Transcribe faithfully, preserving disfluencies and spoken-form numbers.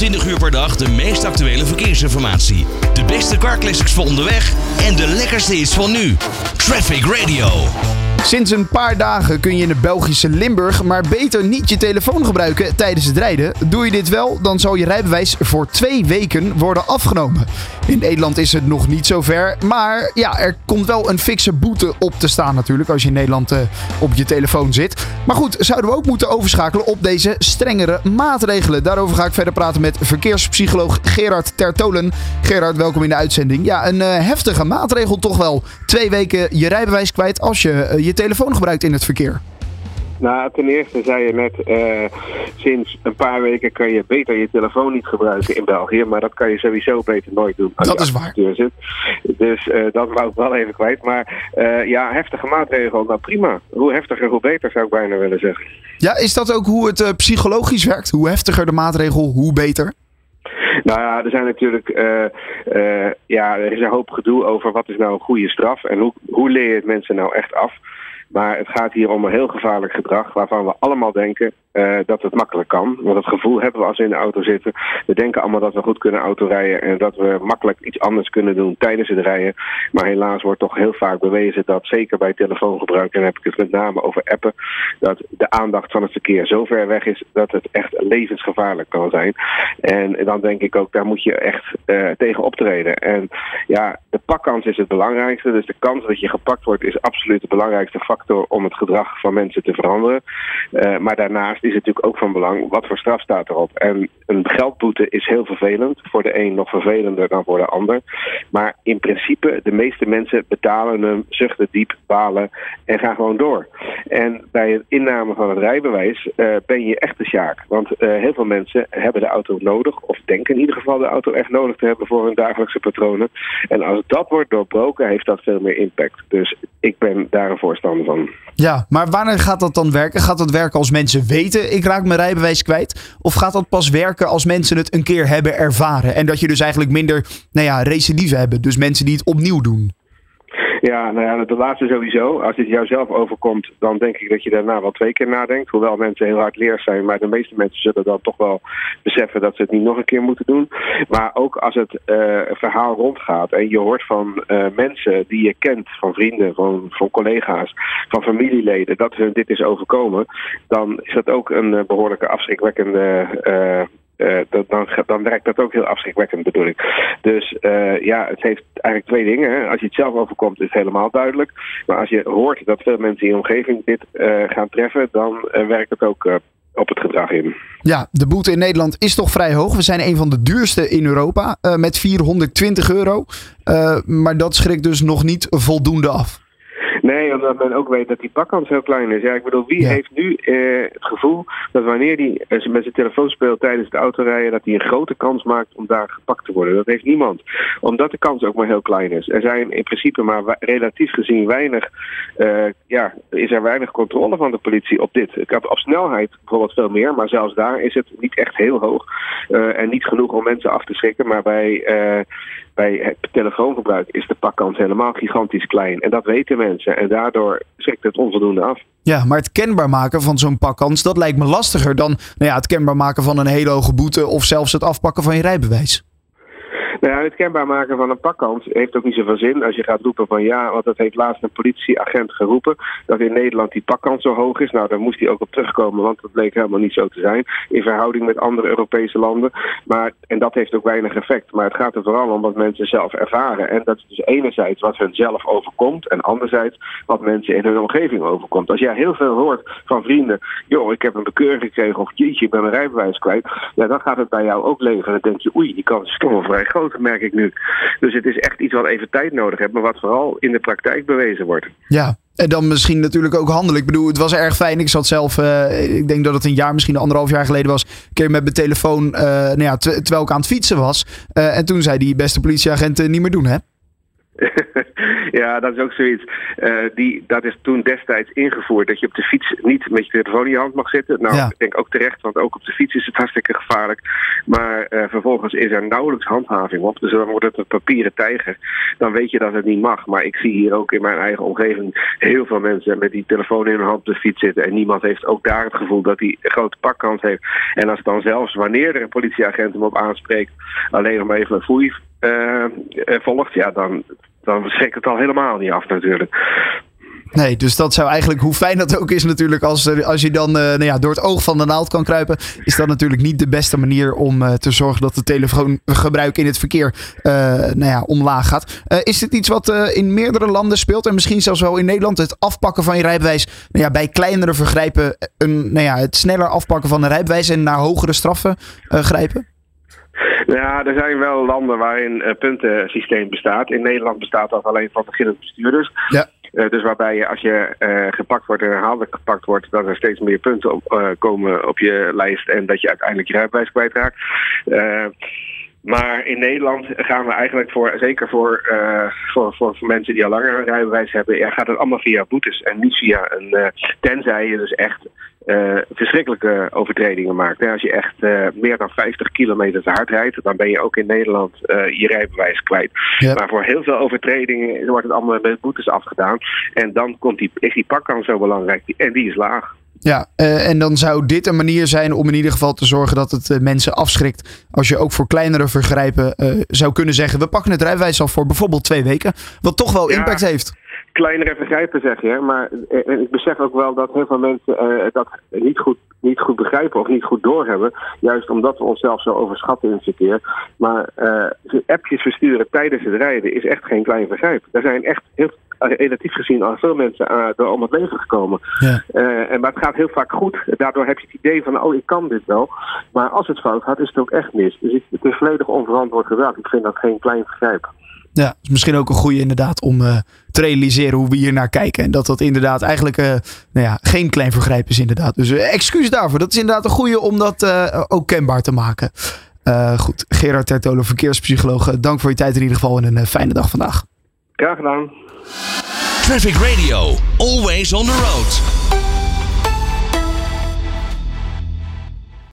vierentwintig uur per dag de meest actuele verkeersinformatie. De beste carclassics voor onderweg en de lekkerste hits van nu. Traffic Radio. Sinds een paar dagen kun je in het Belgische Limburg maar beter niet je telefoon gebruiken tijdens het rijden. Doe je dit wel, dan zal je rijbewijs voor twee weken worden afgenomen. In Nederland is het nog niet zo ver, maar ja, er komt wel een fikse boete op te staan natuurlijk als je in Nederland uh, op je telefoon zit. Maar goed, zouden we ook moeten overschakelen op deze strengere maatregelen? Daarover ga ik verder praten met verkeerspsycholoog Gerard Tertolen. Gerard, welkom in de uitzending. Ja, een uh, heftige maatregel toch wel. Twee weken je rijbewijs kwijt als je uh, je telefoon gebruikt in het verkeer. Nou, ten eerste zei je net, uh, sinds een paar weken kan je beter je telefoon niet gebruiken in België, maar dat kan je sowieso beter nooit doen als dat je is achter de deur zit. Dus uh, dat wou ik wel even kwijt. Maar uh, ja, heftige maatregel, nou prima. Hoe heftiger, hoe beter zou ik bijna willen zeggen. Ja, is dat ook hoe het uh, psychologisch werkt? Hoe heftiger de maatregel, hoe beter? Nou ja, er zijn natuurlijk, uh, uh, ja, er is een hoop gedoe over wat is nou een goede straf en hoe, hoe leer je het mensen nou echt af. Maar het gaat hier om een heel gevaarlijk gedrag waarvan we allemaal denken uh, dat het makkelijk kan. Want het gevoel hebben we als we in de auto zitten. We denken allemaal dat we goed kunnen autorijden en dat we makkelijk iets anders kunnen doen tijdens het rijden. Maar helaas wordt toch heel vaak bewezen dat zeker bij telefoongebruik, en dan heb ik het met name over appen, dat de aandacht van het verkeer zo ver weg is dat het echt levensgevaarlijk kan zijn. En dan denk ik ook, daar moet je echt uh, tegen optreden. En ja, de pakkans is het belangrijkste. Dus de kans dat je gepakt wordt is absoluut de belangrijkste factor om het gedrag van mensen te veranderen. Uh, maar daarnaast is het natuurlijk ook van belang wat voor straf staat erop. En een geldboete is heel vervelend. Voor de een nog vervelender dan voor de ander. Maar in principe, de meeste mensen betalen hem, zuchten diep, balen en gaan gewoon door. En bij het inname van het rijbewijs uh, ben je echt de sjaak. Want uh, heel veel mensen hebben de auto nodig, of denken in ieder geval de auto echt nodig te hebben voor hun dagelijkse patronen. En als dat wordt doorbroken, heeft dat veel meer impact. Dus ik ben daar een voorstander van. Ja, maar wanneer gaat dat dan werken? Gaat dat werken als mensen weten, ik raak mijn rijbewijs kwijt? Of gaat dat pas werken als mensen het een keer hebben ervaren? En dat je dus eigenlijk minder, nou ja, recidive hebben. Dus mensen die het opnieuw doen. Ja, nou ja, de laatste sowieso. Als het jou zelf overkomt, dan denk ik dat je daarna wel twee keer nadenkt. Hoewel mensen heel hard leers zijn, maar de meeste mensen zullen dan toch wel beseffen dat ze het niet nog een keer moeten doen. Maar ook als het uh, verhaal rondgaat en je hoort van uh, mensen die je kent, van vrienden, van, van collega's, van familieleden, dat hun dit is overkomen, dan is dat ook een uh, behoorlijke afschrikwekkende uh, Uh, dat, dan, dan werkt dat ook heel afschrikwekkend, bedoel ik. Dus uh, ja, het heeft eigenlijk twee dingen. Hè. Als je het zelf overkomt, is het helemaal duidelijk. Maar als je hoort dat veel mensen in je omgeving dit uh, gaan treffen, dan uh, werkt het ook uh, op het gedrag in. Ja, de boete in Nederland is toch vrij hoog. We zijn een van de duurste in Europa uh, met vierhonderdtwintig euro. Uh, maar dat schrikt dus nog niet voldoende af. Nee, omdat men ook weet dat die pakkans heel klein is. Ja, ik bedoel, wie ja. heeft nu uh, het gevoel dat wanneer hij uh, met zijn telefoon speelt tijdens het autorijden, dat hij een grote kans maakt om daar gepakt te worden? Dat heeft niemand. Omdat de kans ook maar heel klein is. Er zijn in principe maar wa- relatief gezien weinig, uh, ja, is er weinig controle van de politie op dit. Ik heb op snelheid bijvoorbeeld veel meer, maar zelfs daar is het niet echt heel hoog. Uh, en niet genoeg om mensen af te schrikken, maar bij, uh, bij het telefoongebruik is de pakkans helemaal gigantisch klein. En dat weten mensen. En daardoor schrikt het onvoldoende af. Ja, maar het kenbaar maken van zo'n pakkans, dat lijkt me lastiger dan nou ja, het kenbaar maken van een hele hoge boete of zelfs het afpakken van je rijbewijs. Nou ja, het kenbaar maken van een pakkans heeft ook niet zoveel zin als je gaat roepen van ja, want dat heeft laatst een politieagent geroepen, dat in Nederland die pakkans zo hoog is. Nou, daar moest hij ook op terugkomen, want dat bleek helemaal niet zo te zijn in verhouding met andere Europese landen. Maar, en dat heeft ook weinig effect. Maar het gaat er vooral om wat mensen zelf ervaren. En dat is dus enerzijds wat hun zelf overkomt en anderzijds wat mensen in hun omgeving overkomt. Als jij heel veel hoort van vrienden, joh, ik heb een bekeuring gekregen of jeetje, ik ben mijn rijbewijs kwijt. Ja, dan gaat het bij jou ook leven. Dan denk je, oei, die kans is toch wel vrij groot, merk ik nu. Dus het is echt iets wat even tijd nodig heeft, maar wat vooral in de praktijk bewezen wordt. Ja, en dan misschien natuurlijk ook handelen. Ik bedoel, het was erg fijn. Ik zat zelf, uh, ik denk dat het een jaar, misschien anderhalf jaar geleden was, een keer met mijn telefoon, uh, nou ja, t- terwijl ik aan het fietsen was. Uh, en toen zei die beste politieagent uh, niet meer doen, hè? Ja, dat is ook zoiets. Uh, die, dat is toen destijds ingevoerd dat je op de fiets niet met je telefoon in je hand mag zitten. Nou, ja. Ik denk ook terecht, want ook op de fiets is het hartstikke gevaarlijk. Maar uh, vervolgens is er nauwelijks handhaving op. Dus dan wordt het een papieren tijger. Dan weet je dat het niet mag. Maar ik zie hier ook in mijn eigen omgeving heel veel mensen met die telefoon in hun hand op de fiets zitten. En niemand heeft ook daar het gevoel dat hij een grote pakkans heeft. En als dan zelfs wanneer er een politieagent hem op aanspreekt, alleen nog maar even een foei uh, volgt, ja, dan, dan schrikt het al helemaal niet af natuurlijk. Nee, dus dat zou eigenlijk, hoe fijn dat ook is natuurlijk, als, als je dan uh, nou ja, door het oog van de naald kan kruipen, is dat natuurlijk niet de beste manier om uh, te zorgen dat het telefoongebruik in het verkeer uh, nou ja, omlaag gaat. Uh, is dit iets wat uh, in meerdere landen speelt en misschien zelfs wel in Nederland, het afpakken van je rijbewijs, nou ja, bij kleinere vergrijpen, een, nou ja, het sneller afpakken van een rijbewijs en naar hogere straffen uh, grijpen? Ja, er zijn wel landen waarin een puntensysteem bestaat. In Nederland bestaat dat alleen van beginnend bestuurders. Ja. Uh, dus waarbij je als je uh, gepakt wordt en herhaaldelijk gepakt wordt, dat er steeds meer punten op, uh, komen op je lijst en dat je uiteindelijk je rijbewijs kwijtraakt. Uh, Maar in Nederland gaan we eigenlijk voor, zeker voor, uh, voor, voor, voor mensen die al langer een rijbewijs hebben, ja, gaat het allemaal via boetes en niet via een, uh, tenzij je dus echt uh, verschrikkelijke overtredingen maakt. Ja, als je echt uh, meer dan vijftig kilometer te hard rijdt, dan ben je ook in Nederland uh, je rijbewijs kwijt. Ja. Maar voor heel veel overtredingen wordt het allemaal met boetes afgedaan. En dan komt die, is die pakkans zo belangrijk en die is laag. Ja, uh, en dan zou dit een manier zijn om in ieder geval te zorgen dat het uh, mensen afschrikt. Als je ook voor kleinere vergrijpen uh, zou kunnen zeggen, we pakken het rijbewijs al voor bijvoorbeeld twee weken. Wat toch wel impact ja. heeft. Kleinere vergrijpen zeg je, maar uh, ik besef ook wel dat heel veel mensen uh, dat niet goed, niet goed begrijpen of niet goed doorhebben. Juist omdat we onszelf zo overschatten in het verkeer. Maar uh, appjes versturen tijdens het rijden is echt geen klein vergrijp. Er zijn echt heel relatief gezien al veel mensen uh, door om het leven gekomen. Ja. Uh, en, maar het gaat heel vaak goed. Daardoor heb je het idee van, oh, ik kan dit wel. Maar als het fout gaat, is het ook echt mis. Dus het is volledig onverantwoord gedrag. Ik vind dat geen klein vergrijp. Ja, dat is misschien ook een goede inderdaad om uh, te realiseren hoe we hier naar kijken. En dat dat inderdaad eigenlijk uh, nou ja, geen klein vergrijp is inderdaad. Dus uh, excuus daarvoor. Dat is inderdaad een goede om dat uh, ook kenbaar te maken. Uh, goed, Gerard Tertolen, verkeerspsycholoog. Dank voor je tijd in ieder geval en een uh, fijne dag vandaag. Graag gedaan. Traffic Radio, always on the road.